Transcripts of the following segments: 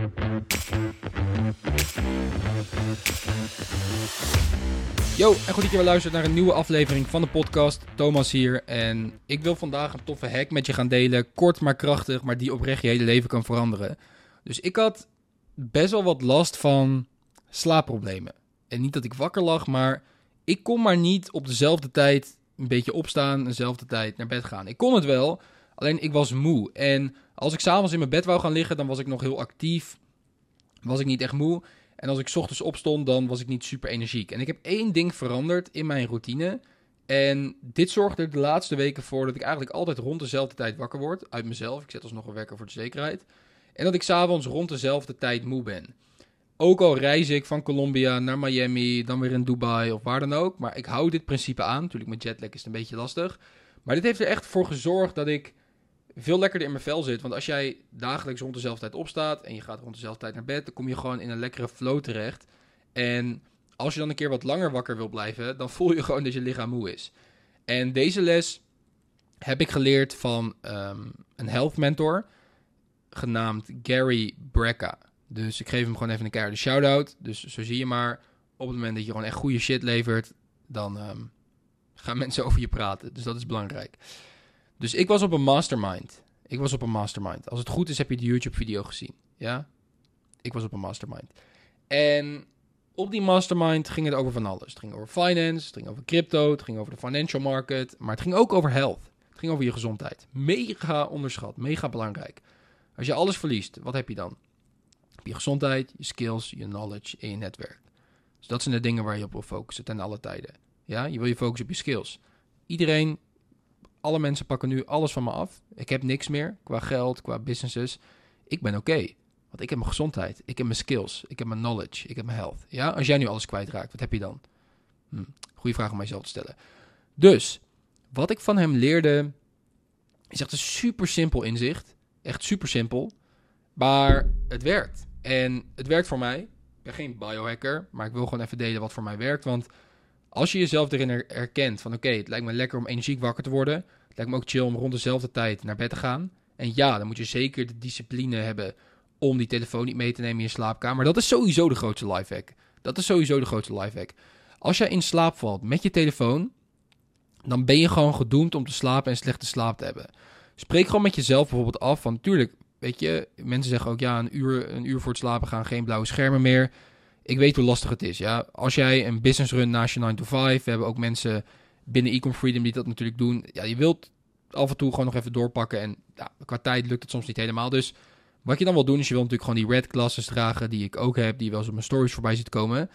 Yo, en goed dat je weer luistert naar een nieuwe aflevering van de podcast. Thomas hier en ik wil vandaag een toffe hack met je gaan delen. Kort maar krachtig, maar die oprecht je hele leven kan veranderen. Dus ik had best wel wat last van slaapproblemen. En niet dat ik wakker lag, maar ik kon maar niet op dezelfde tijd een beetje opstaan, dezelfde tijd naar bed gaan. Ik kon het wel, alleen ik was moe. En als ik 's avonds in mijn bed wou gaan liggen, dan was ik nog heel actief. Was ik niet echt moe. En als ik 's ochtends opstond, dan was ik niet super energiek. En ik heb één ding veranderd in mijn routine. En dit zorgde er de laatste weken voor dat ik eigenlijk altijd rond dezelfde tijd wakker word. Uit mezelf. Ik zet alsnog een wekker voor de zekerheid. En dat ik 's avonds rond dezelfde tijd moe ben. Ook al reis ik van Colombia naar Miami, dan weer in Dubai of waar dan ook. Maar ik hou dit principe aan. Natuurlijk met jetlag is het een beetje lastig. Maar dit heeft er echt voor gezorgd dat ik veel lekkerder in mijn vel zit. Want als jij dagelijks rond dezelfde tijd opstaat en je gaat rond dezelfde tijd naar bed, dan kom je gewoon in een lekkere flow terecht. En als je dan een keer wat langer wakker wil blijven, dan voel je gewoon dat je lichaam moe is. En deze les heb ik geleerd van een health mentor genaamd Gary Brecka. Dus ik geef hem gewoon even een keiharde shout-out. Dus zo zie je maar, op het moment dat je gewoon echt goede shit levert, dan gaan mensen over je praten. Dus dat is belangrijk. Dus ik was op een mastermind. Als het goed is, heb je de YouTube-video gezien. Ja? Ik was op een mastermind. En op die mastermind ging het over van alles. Het ging over finance, het ging over crypto, het ging over de financial market. Maar het ging ook over health. Het ging over je gezondheid. Mega onderschat, mega belangrijk. Als je alles verliest, wat heb je dan? Heb je gezondheid, je skills, je knowledge en je netwerk. Dus dat zijn de dingen waar je op wil focussen ten alle tijden. Ja? Je wil je focussen op je skills. Alle mensen pakken nu alles van me af. Ik heb niks meer qua geld, qua businesses. Ik ben oké. Want ik heb mijn gezondheid. Ik heb mijn skills. Ik heb mijn knowledge. Ik heb mijn health. Ja? Als jij nu alles kwijtraakt, wat heb je dan? Goeie vraag om mijzelf te stellen. Dus, wat ik van hem leerde, is echt een super simpel inzicht. Echt super simpel. Maar het werkt. En het werkt voor mij. Ik ben geen biohacker, maar ik wil gewoon even delen wat voor mij werkt. Want als je jezelf erin herkent van oké, het lijkt me lekker om energiek wakker te worden. Het lijkt me ook chill om rond dezelfde tijd naar bed te gaan. En ja, dan moet je zeker de discipline hebben om die telefoon niet mee te nemen in je slaapkamer. Dat is sowieso de grootste lifehack. Als jij in slaap valt met je telefoon, dan ben je gewoon gedoemd om te slapen en slechte slaap te hebben. Spreek gewoon met jezelf bijvoorbeeld af van, natuurlijk, weet je, mensen zeggen ook ja, een uur voor het slapen gaan, geen blauwe schermen meer. Ik weet hoe lastig het is, ja. Als jij een business run naast je 9 to 5... we hebben ook mensen binnen Ecom Freedom die dat natuurlijk doen. Ja, je wilt af en toe gewoon nog even doorpakken. En ja, qua tijd lukt het soms niet helemaal. Dus wat je dan wil doen, is je wil natuurlijk gewoon die red glasses dragen die ik ook heb, die je wel eens op mijn stories voorbij ziet komen.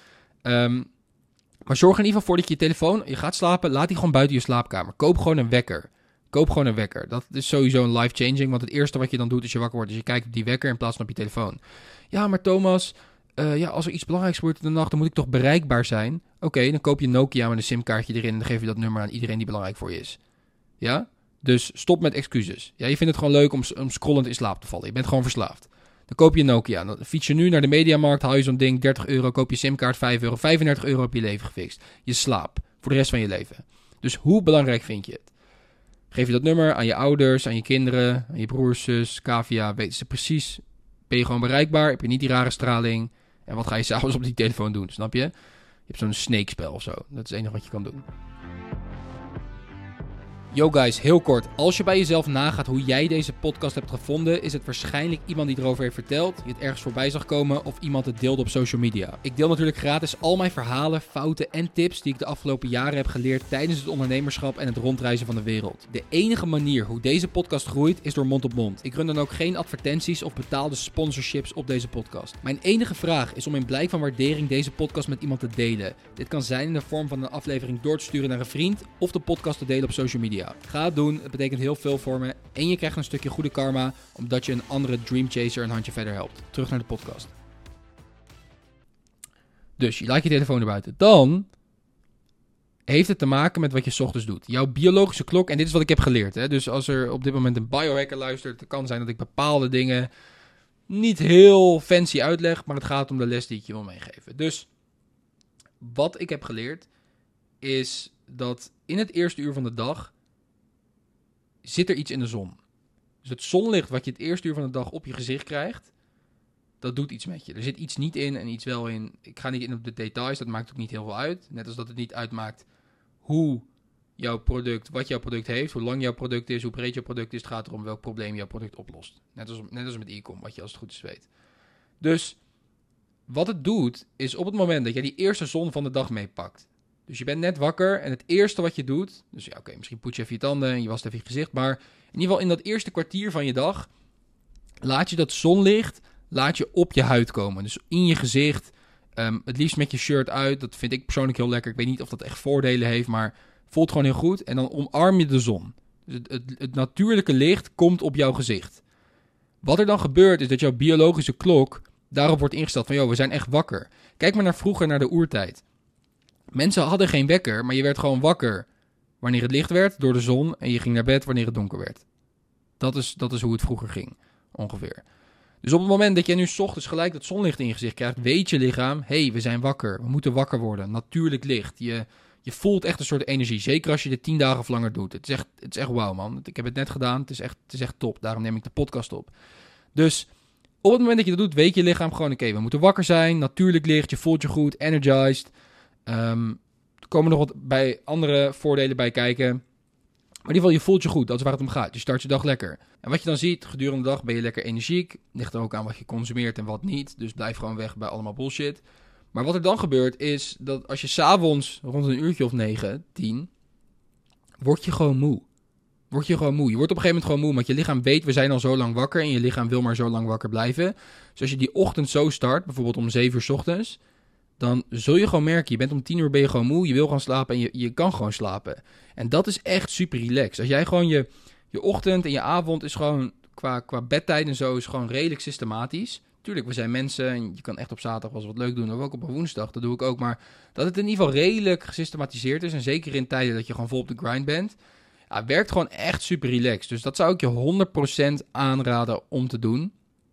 Maar zorg er in ieder geval voor dat je telefoon, je gaat slapen, laat die gewoon buiten je slaapkamer. Koop gewoon een wekker. Dat is sowieso een life-changing, want het eerste wat je dan doet als je wakker wordt, is je kijkt op die wekker in plaats van op je telefoon. Ja, maar Thomas, als er iets belangrijks gebeurt in de nacht, dan moet ik toch bereikbaar zijn? Oké, dan koop je een Nokia met een simkaartje erin en dan geef je dat nummer aan iedereen die belangrijk voor je is. Ja? Dus stop met excuses. Ja, je vindt het gewoon leuk om scrollend in slaap te vallen. Je bent gewoon verslaafd. Dan koop je een Nokia. Dan fiets je nu naar de Mediamarkt, haal je zo'n ding, €30, koop je simkaart, €5, €35 heb je leven gefixt. Je slaap voor de rest van je leven. Dus hoe belangrijk vind je het? Geef je dat nummer aan je ouders, aan je kinderen, aan je broers, zus, cavia, weten ze precies. Ben je gewoon bereikbaar? Heb je niet die rare straling? En wat ga je s'avonds op die telefoon doen, snap je? Je hebt zo'n snake-spel of zo. Dat is het enige wat je kan doen. Yo guys, heel kort. Als je bij jezelf nagaat hoe jij deze podcast hebt gevonden, is het waarschijnlijk iemand die erover heeft verteld, je het ergens voorbij zag komen of iemand het deelde op social media. Ik deel natuurlijk gratis al mijn verhalen, fouten en tips die ik de afgelopen jaren heb geleerd tijdens het ondernemerschap en het rondreizen van de wereld. De enige manier hoe deze podcast groeit is door mond op mond. Ik run dan ook geen advertenties of betaalde sponsorships op deze podcast. Mijn enige vraag is om in blijk van waardering deze podcast met iemand te delen. Dit kan zijn in de vorm van een aflevering door te sturen naar een vriend of de podcast te delen op social media. Ga het doen, het betekent heel veel voor me en je krijgt een stukje goede karma omdat je een andere dream chaser een handje verder helpt. Terug naar de podcast. Dus je laat je telefoon erbuiten. Dan heeft het te maken met wat je 's ochtends doet. Jouw biologische klok, en dit is wat ik heb geleerd. Hè? Dus als er op dit moment een biohacker luistert, het kan zijn dat ik bepaalde dingen niet heel fancy uitleg, maar het gaat om de les die ik je wil meegeven. Dus wat ik heb geleerd is dat in het eerste uur van de dag zit er iets in de zon. Dus het zonlicht wat je het eerste uur van de dag op je gezicht krijgt, dat doet iets met je. Er zit iets niet in en iets wel in. Ik ga niet in op de details, dat maakt ook niet heel veel uit. Net als dat het niet uitmaakt hoe jouw product, wat jouw product heeft, hoe lang jouw product is, hoe breed jouw product is. Het gaat erom welk probleem jouw product oplost. Net als met e-com, wat je als het goed is weet. Dus wat het doet, is op het moment dat jij die eerste zon van de dag meepakt. Dus je bent net wakker en het eerste wat je doet, dus ja, oké, misschien poets je even je tanden en je wast even je gezicht, maar in ieder geval in dat eerste kwartier van je dag, laat je dat zonlicht, laat je op je huid komen. Dus in je gezicht, het liefst met je shirt uit. Dat vind ik persoonlijk heel lekker. Ik weet niet of dat echt voordelen heeft, maar voelt gewoon heel goed. En dan omarm je de zon. Dus het natuurlijke licht komt op jouw gezicht. Wat er dan gebeurt, is dat jouw biologische klok daarop wordt ingesteld van, we zijn echt wakker. Kijk maar naar vroeger, naar de oertijd. Mensen hadden geen wekker, maar je werd gewoon wakker wanneer het licht werd door de zon en je ging naar bed wanneer het donker werd. Dat is hoe het vroeger ging, ongeveer. Dus op het moment dat jij nu 's ochtends gelijk dat zonlicht in je gezicht krijgt, weet je lichaam, we zijn wakker. We moeten wakker worden. Natuurlijk licht. Je voelt echt een soort energie. Zeker als je dit 10 dagen of langer doet. Het is echt wauw, man. Ik heb het net gedaan. Het is echt top. Daarom neem ik de podcast op. Dus op het moment dat je dat doet, weet je lichaam gewoon, we moeten wakker zijn. Natuurlijk licht. Je voelt je goed. Energized. Er komen nog wat bij andere voordelen bij kijken. Maar in ieder geval, je voelt je goed. Dat is waar het om gaat. Je start je dag lekker. En wat je dan ziet, gedurende de dag ben je lekker energiek. Ligt er ook aan wat je consumeert en wat niet. Dus blijf gewoon weg bij allemaal bullshit. Maar wat er dan gebeurt is dat als je 's avonds rond een uurtje of 9, 10... word je gewoon moe. Je wordt op een gegeven moment gewoon moe. Want je lichaam weet, we zijn al zo lang wakker. En je lichaam wil maar zo lang wakker blijven. Dus als je die ochtend zo start, bijvoorbeeld om 7 uur 's ochtends, dan zul je gewoon merken, je bent om 10 uur ben je gewoon moe. Je wil gewoon slapen en je kan gewoon slapen. En dat is echt super relaxed. Als jij gewoon je ochtend en je avond is gewoon, qua bedtijd en zo, is gewoon redelijk systematisch. Tuurlijk, we zijn mensen en je kan echt op zaterdag wel eens wat leuk doen. Of ook op een woensdag, dat doe ik ook. Maar dat het in ieder geval redelijk gesystematiseerd is. En zeker in tijden dat je gewoon vol op de grind bent. Ja, werkt gewoon echt super relaxed. Dus dat zou ik je 100% aanraden om te doen.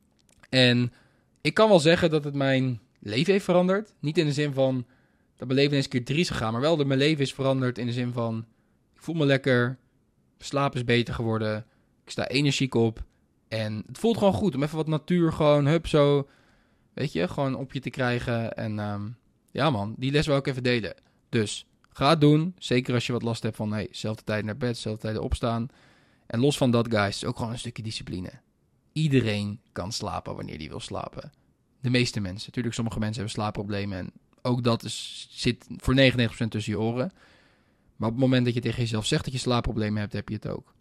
En ik kan wel zeggen dat het mijn leven heeft veranderd. Niet in de zin van dat mijn leven eens een keer 3 is gegaan. Maar wel dat mijn leven is veranderd in de zin van, ik voel me lekker. Slaap is beter geworden. Ik sta energiek op. En het voelt gewoon goed om even wat natuur gewoon, zo, weet je, gewoon op je te krijgen. En ja man, die les wil ik even delen. Dus ga het doen. Zeker als je wat last hebt van, zelfde tijd naar bed, zelfde tijd opstaan. En los van dat, guys, is ook gewoon een stukje discipline. Iedereen kan slapen wanneer die wil slapen. De meeste mensen. Natuurlijk, sommige mensen hebben slaapproblemen. En ook dat zit voor 99% tussen je oren. Maar op het moment dat je tegen jezelf zegt dat je slaapproblemen hebt, heb je het ook.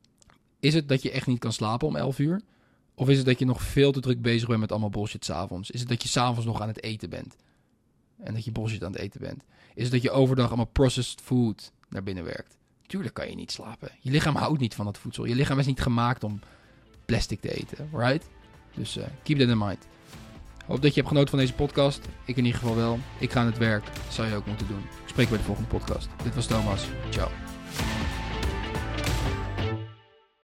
Is het dat je echt niet kan slapen om 11 uur? Of is het dat je nog veel te druk bezig bent met allemaal bullshit 's avonds? Is het dat je 's avonds nog aan het eten bent? En dat je bullshit aan het eten bent? Is het dat je overdag allemaal processed food naar binnen werkt? Tuurlijk kan je niet slapen. Je lichaam houdt niet van dat voedsel. Je lichaam is niet gemaakt om plastic te eten, right? Dus keep that in mind. Hoop dat je hebt genoten van deze podcast. Ik in ieder geval wel. Ik ga aan het werk. Dat zou je ook moeten doen. Ik spreek bij de volgende podcast. Dit was Thomas. Ciao.